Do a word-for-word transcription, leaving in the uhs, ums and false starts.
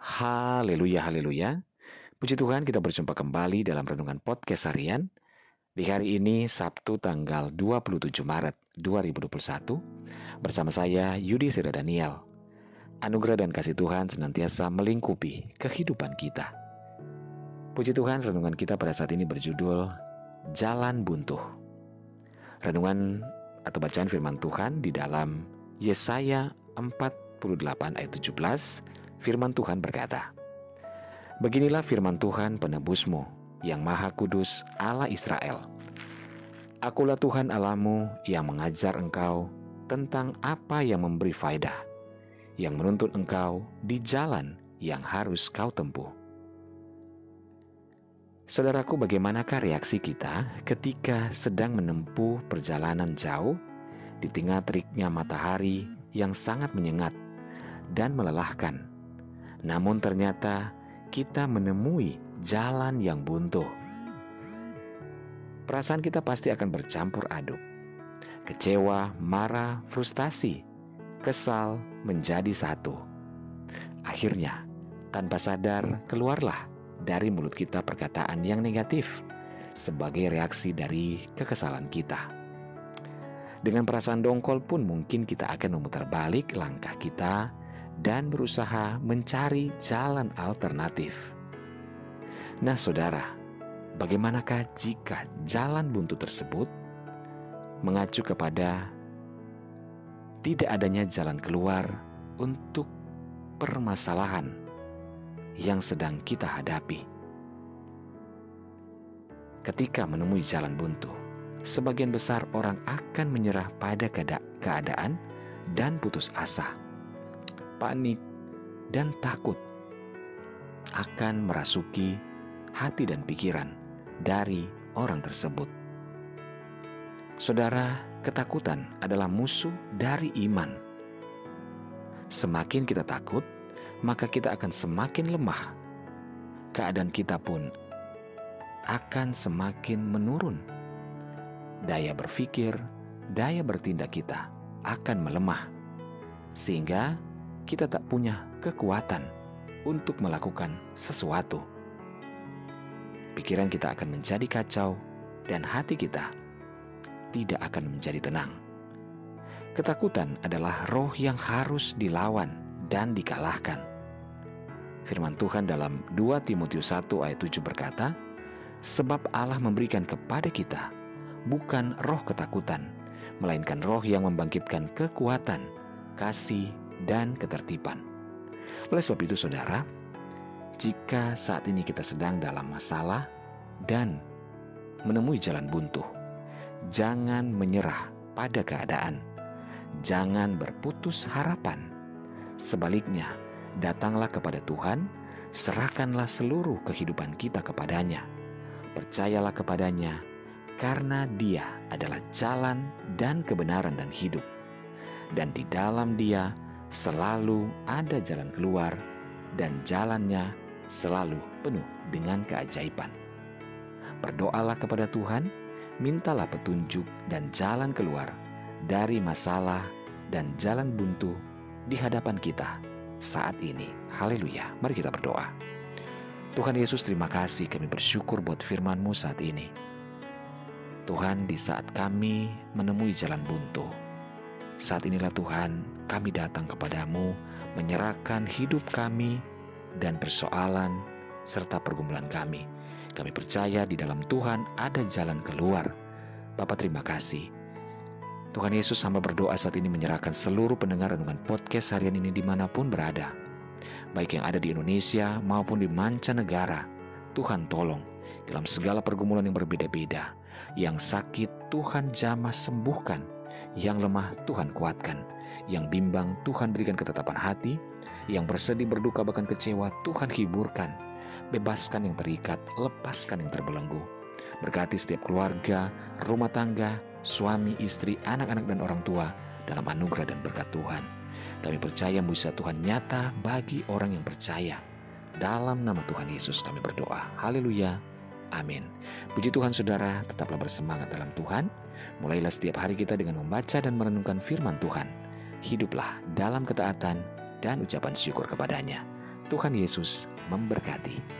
Haleluya, haleluya. Puji Tuhan, kita berjumpa kembali dalam Renungan Podcast Harian. Di hari ini, Sabtu tanggal dua puluh tujuh Maret dua ribu dua puluh satu, bersama saya Yudi Sira Daniel. Anugerah dan kasih Tuhan senantiasa melingkupi kehidupan kita. Puji Tuhan, renungan kita pada saat ini berjudul Jalan Buntu. Renungan atau bacaan firman Tuhan di dalam Yesaya empat puluh delapan ayat tujuh belas, firman Tuhan berkata, "Beginilah firman Tuhan penebusmu, yang Maha Kudus Allah Israel. Akulah Tuhan Allahmu yang mengajar engkau tentang apa yang memberi faedah, yang menuntun engkau di jalan yang harus kau tempuh." Saudaraku, bagaimanakah reaksi kita ketika sedang menempuh perjalanan jauh di tengah teriknya matahari yang sangat menyengat dan melelahkan, namun ternyata kita menemui jalan yang buntu? Perasaan kita pasti akan bercampur aduk. Kecewa, marah, frustasi, kesal menjadi satu. Akhirnya, tanpa sadar keluarlah dari mulut kita perkataan yang negatif sebagai reaksi dari kekesalan kita. Dengan perasaan dongkol pun mungkin kita akan memutar balik langkah kita dan berusaha mencari jalan alternatif. Nah saudara, bagaimanakah jika jalan buntu tersebut mengacu kepada tidak adanya jalan keluar untuk permasalahan yang sedang kita hadapi? Ketika menemui jalan buntu, sebagian besar orang akan menyerah pada keadaan dan putus asa. Panik dan takut akan merasuki hati dan pikiran dari orang tersebut. Saudara, ketakutan adalah musuh dari iman. Semakin kita takut, maka kita akan semakin lemah. Keadaan kita pun akan semakin menurun. Daya berpikir, daya bertindak kita akan melemah, sehingga kita tak punya kekuatan untuk melakukan sesuatu. Pikiran kita akan menjadi kacau dan hati kita tidak akan menjadi tenang. Ketakutan adalah roh yang harus dilawan dan dikalahkan. Firman Tuhan dalam dua Timotius satu ayat tujuh berkata, "Sebab Allah memberikan kepada kita bukan roh ketakutan, melainkan roh yang membangkitkan kekuatan, kasih, dan ketertiban." Oleh sebab itu saudara, jika saat ini kita sedang dalam masalah dan menemui jalan buntu, jangan menyerah pada keadaan. Jangan berputus harapan. Sebaliknya, datanglah kepada Tuhan, serahkanlah seluruh kehidupan kita kepadanya. Percayalah kepadanya, karena Dia adalah jalan dan kebenaran dan hidup. Dan di dalam Dia selalu ada jalan keluar, dan jalannya selalu penuh dengan keajaiban. Berdoalah kepada Tuhan, mintalah petunjuk dan jalan keluar dari masalah dan jalan buntu di hadapan kita saat ini. Haleluya, mari kita berdoa. Tuhan Yesus, terima kasih, kami bersyukur buat firman-Mu saat ini. Tuhan, di saat kami menemui jalan buntu, saat inilah Tuhan kami datang kepadamu, menyerahkan hidup kami dan persoalan serta pergumulan kami. Kami percaya di dalam Tuhan ada jalan keluar. Bapa, terima kasih. Tuhan Yesus, hamba berdoa saat ini menyerahkan seluruh pendengar renungan podcast harian ini dimanapun berada, baik yang ada di Indonesia maupun di mancanegara. Tuhan tolong dalam segala pergumulan yang berbeda-beda. Yang sakit Tuhan jamah sembuhkan, yang lemah Tuhan kuatkan, yang bimbang Tuhan berikan ketetapan hati, yang bersedih, berduka, bahkan kecewa Tuhan hiburkan. Bebaskan yang terikat, lepaskan yang terbelenggu. Berkati setiap keluarga, rumah tangga, suami, istri, anak-anak dan orang tua dalam anugerah dan berkat Tuhan. Kami percaya mujizat Tuhan nyata bagi orang yang percaya. Dalam nama Tuhan Yesus kami berdoa. Haleluya. Amin. Puji Tuhan saudara, tetaplah bersemangat dalam Tuhan. Mulailah setiap hari kita dengan membaca dan merenungkan firman Tuhan. Hiduplah dalam ketaatan dan ucapan syukur kepadanya. Tuhan Yesus memberkati.